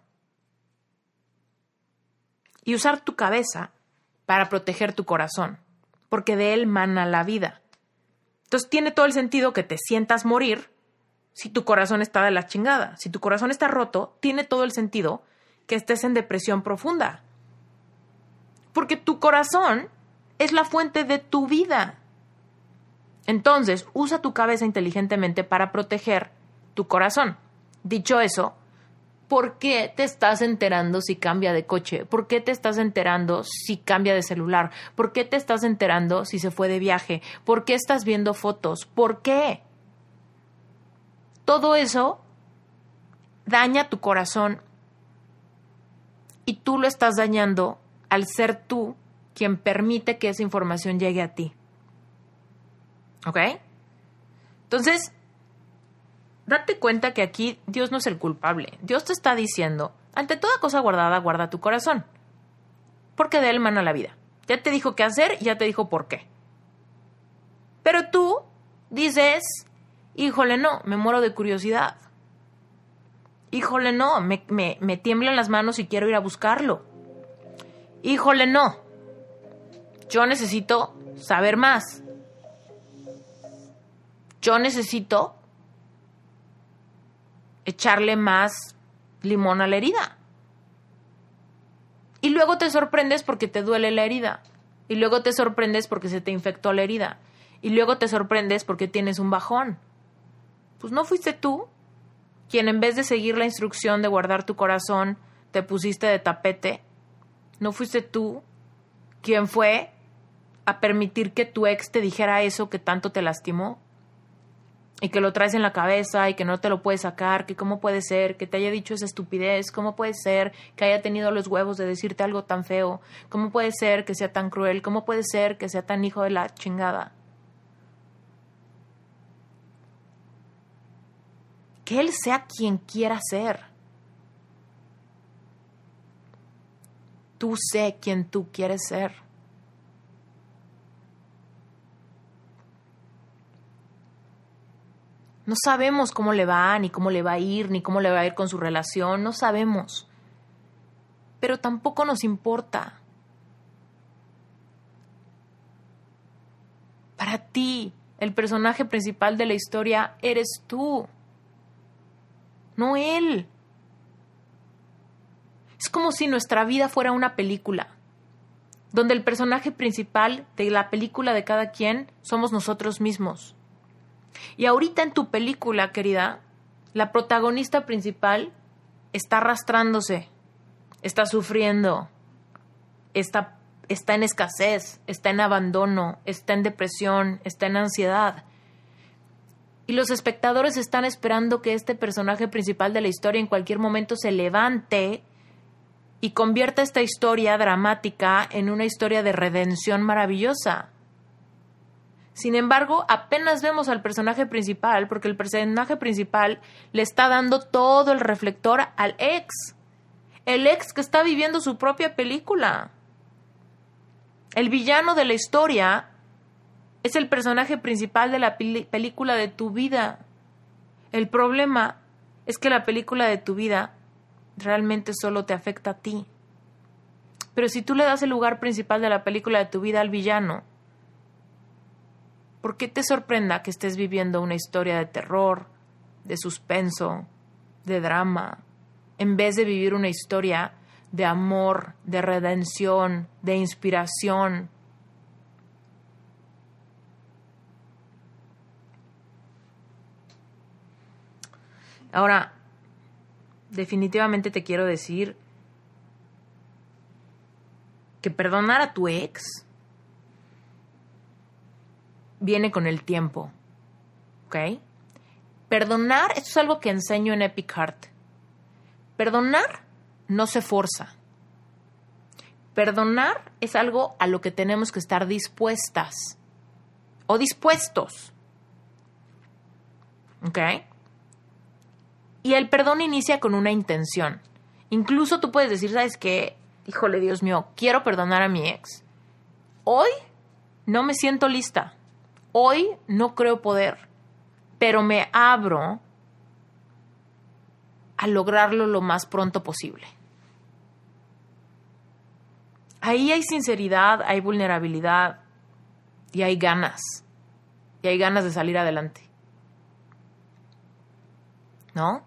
Speaker 1: Y usar tu cabeza para proteger tu corazón, porque de él mana la vida. Entonces tiene todo el sentido que te sientas morir si tu corazón está de la chingada. Si tu corazón está roto, tiene todo el sentido que estés en depresión profunda. Porque tu corazón es la fuente de tu vida. Entonces, usa tu cabeza inteligentemente para proteger tu corazón. Dicho eso, ¿por qué te estás enterando si cambia de coche? ¿Por qué te estás enterando si cambia de celular? ¿Por qué te estás enterando si se fue de viaje? ¿Por qué estás viendo fotos? ¿Por qué? Todo eso daña tu corazón y tú lo estás dañando al ser tú quien permite que esa información llegue a ti. ¿Ok? Entonces, date cuenta que aquí Dios no es el culpable. Dios te está diciendo, ante toda cosa guardada, guarda tu corazón, porque de él mana la vida. Ya te dijo qué hacer y ya te dijo por qué. Pero tú dices, híjole, no, me muero de curiosidad. Híjole, no, me, me, me tiemblan las manos y quiero ir a buscarlo. Híjole, no, yo necesito saber más. Yo necesito echarle más limón a la herida. Y luego te sorprendes porque te duele la herida. Y luego te sorprendes porque se te infectó la herida. Y luego te sorprendes porque tienes un bajón. Pues no fuiste tú quien en vez de seguir la instrucción de guardar tu corazón, te pusiste de tapete. No fuiste tú quien fue a permitir que tu ex te dijera eso que tanto te lastimó. Y que lo traes en la cabeza y que no te lo puedes sacar, que cómo puede ser que te haya dicho esa estupidez, cómo puede ser que haya tenido los huevos de decirte algo tan feo, cómo puede ser que sea tan cruel, cómo puede ser que sea tan hijo de la chingada. Que él sea quien quiera ser. Tú sé quien tú quieres ser. No sabemos cómo le va, ni cómo le va a ir, ni cómo le va a ir con su relación. No sabemos. Pero tampoco nos importa. Para ti, el personaje principal de la historia eres tú. No él. Es como si nuestra vida fuera una película, donde el personaje principal de la película de cada quien somos nosotros mismos. Y ahorita en tu película, querida, la protagonista principal está arrastrándose, está sufriendo, está, está en escasez, está en abandono, está en depresión, está en ansiedad. Y los espectadores están esperando que este personaje principal de la historia en cualquier momento se levante y convierta esta historia dramática en una historia de redención maravillosa. Sin embargo, apenas vemos al personaje principal, porque el personaje principal le está dando todo el reflector al ex. el ex que está viviendo su propia película. El villano de la historia es el personaje principal de la peli- película de tu vida. El problema es que la película de tu vida realmente solo te afecta a ti. Pero si tú le das el lugar principal de la película de tu vida al villano, ¿por qué te sorprenda que estés viviendo una historia de terror, de suspenso, de drama, en vez de vivir una historia de amor, de redención, de inspiración? Ahora, definitivamente te quiero decir que perdonar a tu ex viene con el tiempo, ¿ok? Perdonar, esto es algo que enseño en Epic Heart. Perdonar no se forza. Perdonar es algo a lo que tenemos que estar dispuestas o dispuestos, ¿ok? Y el perdón inicia con una intención. Incluso tú puedes decir, ¿sabes qué? Híjole, Dios mío, quiero perdonar a mi ex. Hoy no me siento lista. Hoy no creo poder. Pero me abro a lograrlo lo más pronto posible. Ahí hay sinceridad, hay vulnerabilidad y hay ganas. Y hay ganas de salir adelante. ¿No?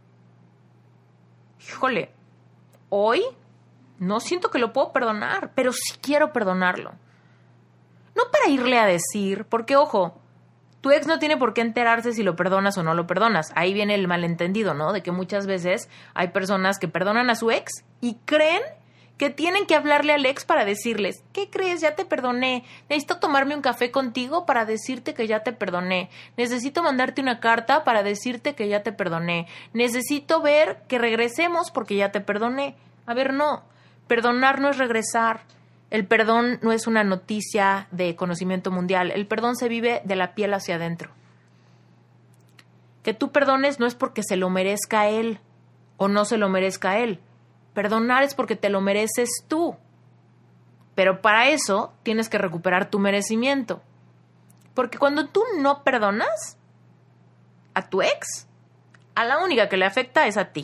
Speaker 1: Híjole, hoy no siento que lo puedo perdonar, pero sí quiero perdonarlo. No para irle a decir, porque ojo, tu ex no tiene por qué enterarse si lo perdonas o no lo perdonas. Ahí viene el malentendido, ¿no? De que muchas veces hay personas que perdonan a su ex y creen que tienen que hablarle al ex para decirles, ¿qué crees? Ya te perdoné. Necesito tomarme un café contigo para decirte que ya te perdoné. Necesito mandarte una carta para decirte que ya te perdoné. Necesito ver que regresemos porque ya te perdoné. A ver, no. Perdonar no es regresar. El perdón no es una noticia de conocimiento mundial. El perdón se vive de la piel hacia adentro. Que tú perdones no es porque se lo merezca a él o no se lo merezca a él. Perdonar es porque te lo mereces tú. Pero para eso tienes que recuperar tu merecimiento. Porque cuando tú no perdonas a tu ex, a la única que le afecta es a ti.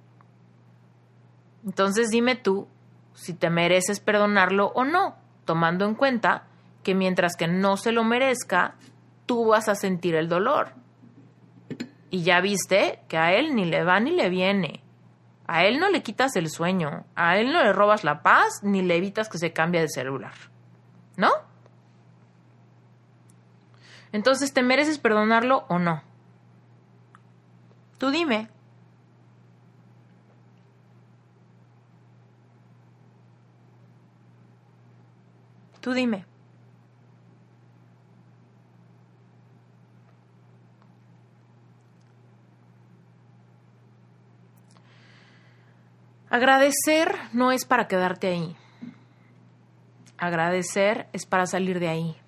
Speaker 1: Entonces dime tú si te mereces perdonarlo o no, tomando en cuenta que mientras que no se lo merezca, tú vas a sentir el dolor. Y ya viste que a él ni le va ni le viene. A él no le quitas el sueño, a él no le robas la paz, ni le evitas que se cambie de celular. ¿No? Entonces, ¿te mereces perdonarlo o no? Tú dime. Tú dime. Agradecer no es para quedarte ahí. Agradecer es para salir de ahí.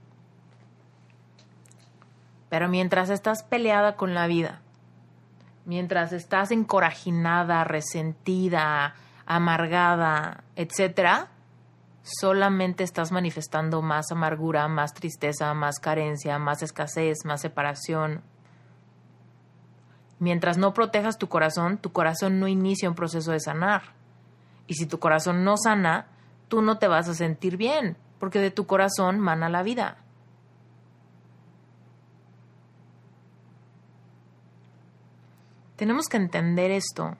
Speaker 1: Pero mientras estás peleada con la vida, mientras estás encorajinada, resentida, amargada, etcétera, solamente estás manifestando más amargura, más tristeza, más carencia, más escasez, más separación. Mientras no protejas tu corazón, tu corazón no inicia un proceso de sanar. Y si tu corazón no sana, tú no te vas a sentir bien, porque de tu corazón mana la vida. Tenemos que entender esto.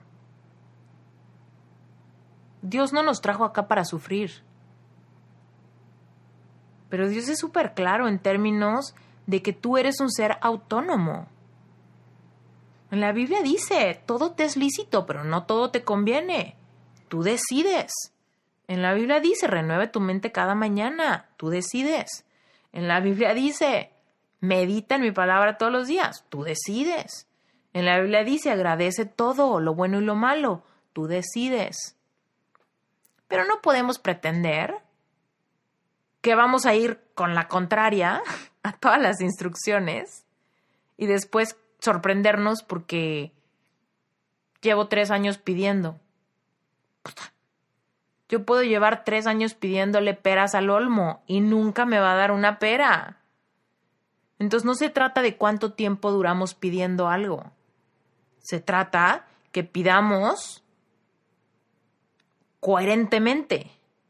Speaker 1: Dios no nos trajo acá para sufrir. Pero Dios es súper claro en términos de que tú eres un ser autónomo. En la Biblia dice, todo te es lícito, pero no todo te conviene. Tú decides. En la Biblia dice, renueve tu mente cada mañana. Tú decides. En la Biblia dice, medita en mi palabra todos los días. Tú decides. En la Biblia dice, agradece todo, lo bueno y lo malo. Tú decides. Pero no podemos pretender que vamos a ir con la contraria a todas las instrucciones y después sorprendernos porque llevo tres años pidiendo. Yo puedo llevar tres años pidiéndole peras al olmo y nunca me va a dar una pera. Entonces no se trata de cuánto tiempo duramos pidiendo algo. Se trata que pidamos coherentemente.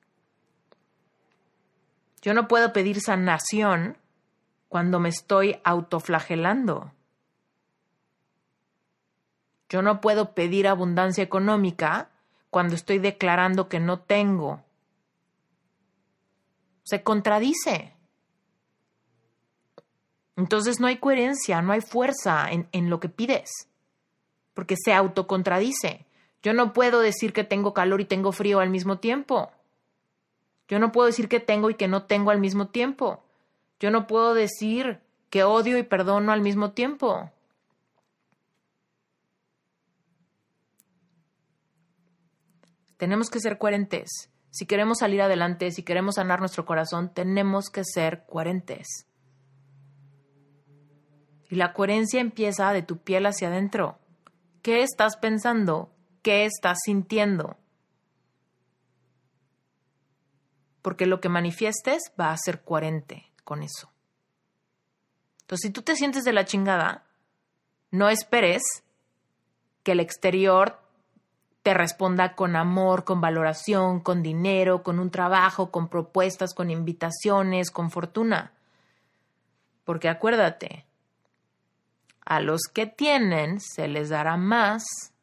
Speaker 1: Yo no puedo pedir sanación cuando me estoy autoflagelando. Yo no puedo pedir abundancia económica cuando estoy declarando que no tengo. Se contradice. Entonces no hay coherencia, no hay fuerza en, en lo que pides, porque se autocontradice. Yo no puedo decir que tengo calor y tengo frío al mismo tiempo. Yo no puedo decir que tengo y que no tengo al mismo tiempo. Yo no puedo decir que odio y perdono al mismo tiempo. Tenemos que ser coherentes. Si queremos salir adelante, si queremos sanar nuestro corazón, tenemos que ser coherentes. Y la coherencia empieza de tu piel hacia adentro. ¿Qué estás pensando? ¿Qué estás sintiendo? Porque lo que manifiestes va a ser coherente con eso. Entonces, si tú te sientes de la chingada, no esperes que el exterior te responda con amor, con valoración, con dinero, con un trabajo, con propuestas, con invitaciones, con fortuna. Porque acuérdate, a los que tienen se les dará más.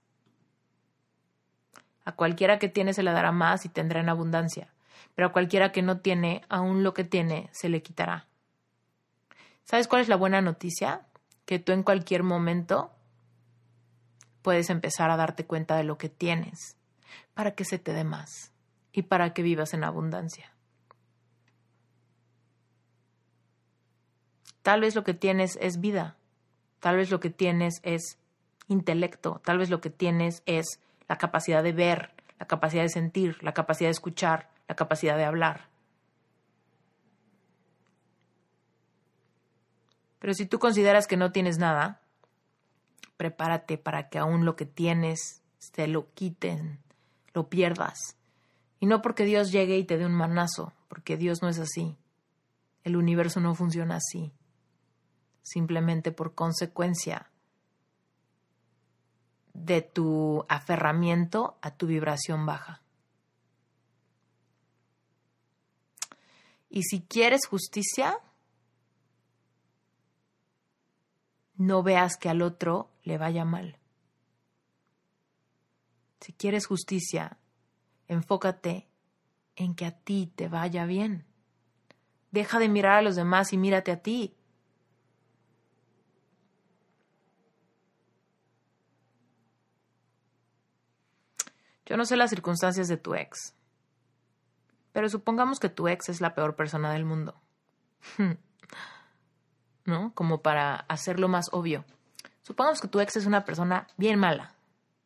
Speaker 1: A cualquiera que tiene se le dará más y tendrá en abundancia. Pero a cualquiera que no tiene, aún lo que tiene, se le quitará. ¿Sabes cuál es la buena noticia? Que tú en cualquier momento puedes empezar a darte cuenta de lo que tienes para que se te dé más y para que vivas en abundancia. Tal vez lo que tienes es vida, tal vez lo que tienes es intelecto, tal vez lo que tienes es la capacidad de ver, la capacidad de sentir, la capacidad de escuchar, la capacidad de hablar. Pero si tú consideras que no tienes nada, prepárate para que aún lo que tienes te lo quiten, lo pierdas. Y no porque Dios llegue y te dé un manazo, porque Dios no es así. El universo no funciona así. Simplemente por consecuencia de tu aferramiento a tu vibración baja. Y si quieres justicia, no veas que al otro le vaya mal. Si quieres justicia, enfócate en que a ti te vaya bien. Deja de mirar a los demás y mírate a ti. Yo no sé las circunstancias de tu ex, pero supongamos que tu ex es la peor persona del mundo. ¿No? Como para hacerlo más obvio. Supongamos que tu ex es una persona bien mala.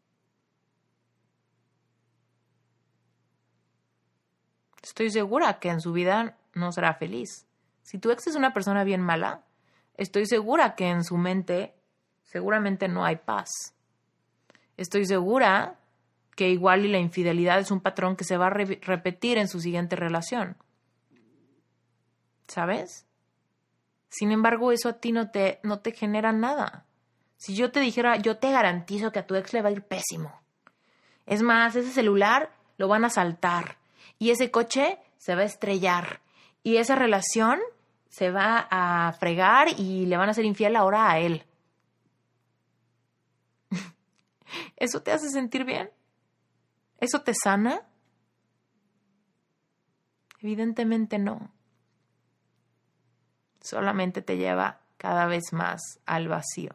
Speaker 1: Estoy segura que en su vida no será feliz. Si tu ex es una persona bien mala, estoy segura que en su mente seguramente no hay paz. Estoy segura que igual y la infidelidad es un patrón que se va a re- repetir en su siguiente relación. ¿Sabes? Sin embargo, eso a ti no te, no te genera nada. Si yo te dijera, yo te garantizo que a tu ex le va a ir pésimo. Es más, ese celular lo van a asaltar y ese coche se va a estrellar y esa relación se va a fregar y le van a ser infiel ahora a él. ¿Eso te hace sentir bien? ¿Eso te sana? Evidentemente no. Solamente te lleva cada vez más al vacío.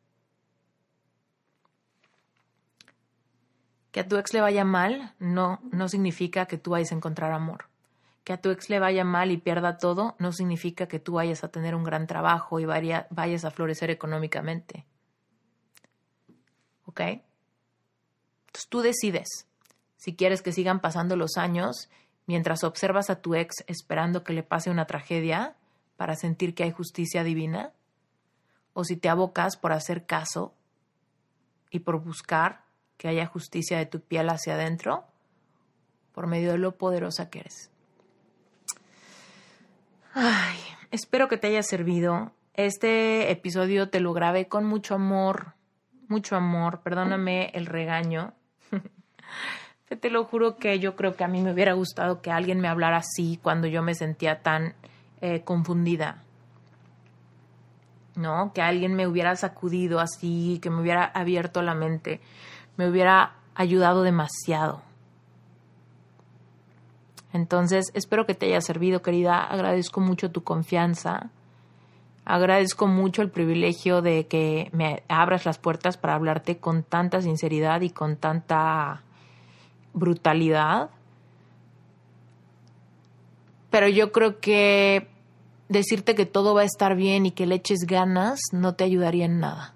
Speaker 1: Que a tu ex le vaya mal no, no significa que tú vayas a encontrar amor. Que a tu ex le vaya mal y pierda todo no significa que tú vayas a tener un gran trabajo y vaya, vayas a florecer económicamente. ¿Ok? Entonces tú decides si quieres que sigan pasando los años mientras observas a tu ex esperando que le pase una tragedia para sentir que hay justicia divina, o si te abocas por hacer caso y por buscar que haya justicia de tu piel hacia adentro, por medio de lo poderosa que eres. Ay, espero que te haya servido. Este episodio te lo grabé con mucho amor, mucho amor. Perdóname el regaño. Te lo juro que yo creo que a mí me hubiera gustado que alguien me hablara así cuando yo me sentía tan eh, confundida. ¿No? Que alguien me hubiera sacudido así, que me hubiera abierto la mente. Me hubiera ayudado demasiado. Entonces, espero que te haya servido, querida. Agradezco mucho tu confianza. Agradezco mucho el privilegio de que me abras las puertas para hablarte con tanta sinceridad y con tanta brutalidad. Pero yo creo que decirte que todo va a estar bien y que le eches ganas no te ayudaría en nada.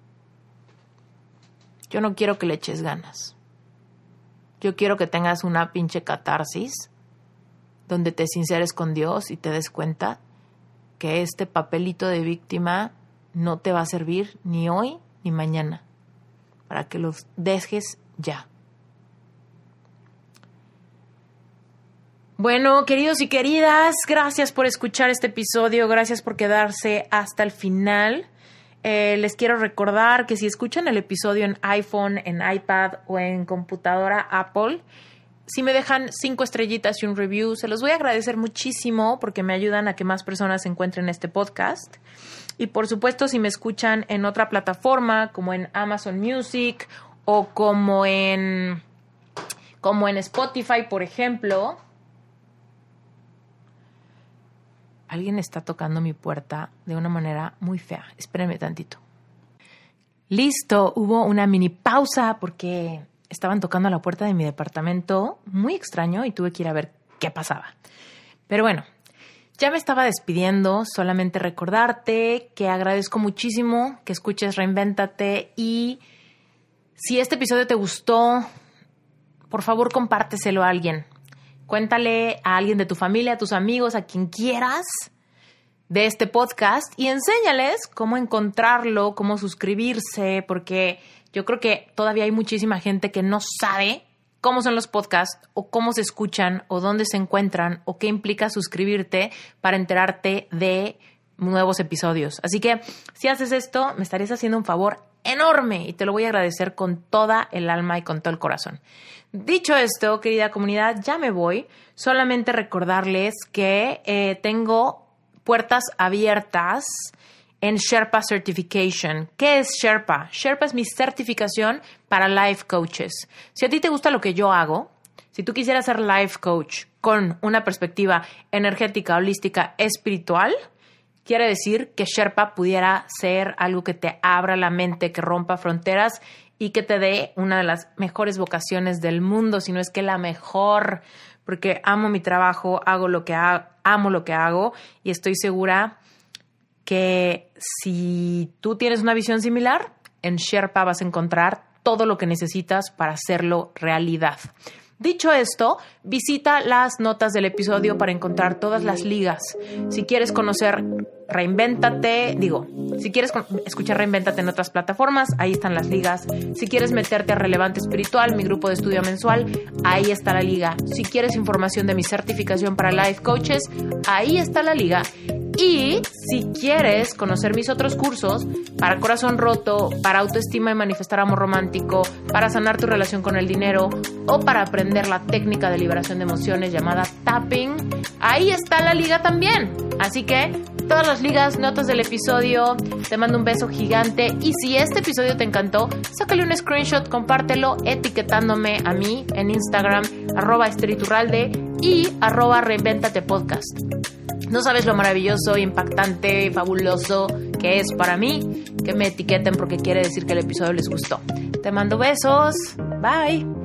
Speaker 1: Yo no quiero que le eches ganas. Yo quiero que tengas una pinche catarsis donde te sinceres con Dios y te des cuenta que este papelito de víctima no te va a servir ni hoy ni mañana, para que los dejes ya. Bueno, queridos y queridas, gracias por escuchar este episodio, gracias por quedarse hasta el final. Eh, les quiero recordar que si escuchan el episodio en iPhone, en iPad o en computadora Apple, si me dejan cinco estrellitas y un review, se los voy a agradecer muchísimo porque me ayudan a que más personas encuentren este podcast. Y por supuesto, si me escuchan en otra plataforma, como en Amazon Music o como en, como en Spotify, por ejemplo. Alguien está tocando mi puerta de una manera muy fea. Espérenme tantito. Listo, hubo una mini pausa porque estaban tocando a la puerta de mi departamento, muy extraño, y tuve que ir a ver qué pasaba. Pero bueno, ya me estaba despidiendo, solamente recordarte que agradezco muchísimo que escuches Reinvéntate y si este episodio te gustó, por favor compárteselo a alguien. Cuéntale a alguien de tu familia, a tus amigos, a quien quieras de este podcast y enséñales cómo encontrarlo, cómo suscribirse, porque yo creo que todavía hay muchísima gente que no sabe cómo son los podcasts o cómo se escuchan o dónde se encuentran o qué implica suscribirte para enterarte de nuevos episodios. Así que si haces esto, me estarías haciendo un favor enorme y te lo voy a agradecer con toda el alma y con todo el corazón. Dicho esto, querida comunidad, ya me voy. Solamente recordarles que eh, tengo puertas abiertas en Sherpa Certification. ¿Qué es Sherpa? Sherpa es mi certificación para life coaches. Si a ti te gusta lo que yo hago, si tú quisieras ser life coach con una perspectiva energética, holística, espiritual, quiere decir que Sherpa pudiera ser algo que te abra la mente, que rompa fronteras y que te dé una de las mejores vocaciones del mundo, si no es que la mejor, porque amo mi trabajo, hago lo que ha- amo lo que hago y estoy segura que si tú tienes una visión similar, en Sherpa vas a encontrar todo lo que necesitas para hacerlo realidad. Dicho esto, visita las notas del episodio para encontrar todas las ligas. Si quieres conocer Reinvéntate, digo, si quieres con- escuchar Reinvéntate en otras plataformas, ahí están las ligas. Si quieres meterte a Relevante Espiritual, mi grupo de estudio mensual, ahí está la liga. Si quieres información de mi certificación para life coaches, ahí está la liga. Y si quieres conocer mis otros cursos para corazón roto, para autoestima y manifestar amor romántico, para sanar tu relación con el dinero o para aprender la técnica de liberación de emociones llamada tapping, ahí está la liga también. Así que todas las ligas, notas del episodio, te mando un beso gigante y si este episodio te encantó, sácale un screenshot, compártelo etiquetándome a mí en Instagram, arroba esteriturralde y arroba reinvéntate podcast. No sabes lo maravilloso, impactante, fabuloso que es para mí que me etiqueten porque quiere decir que el episodio les gustó. Te mando besos. Bye.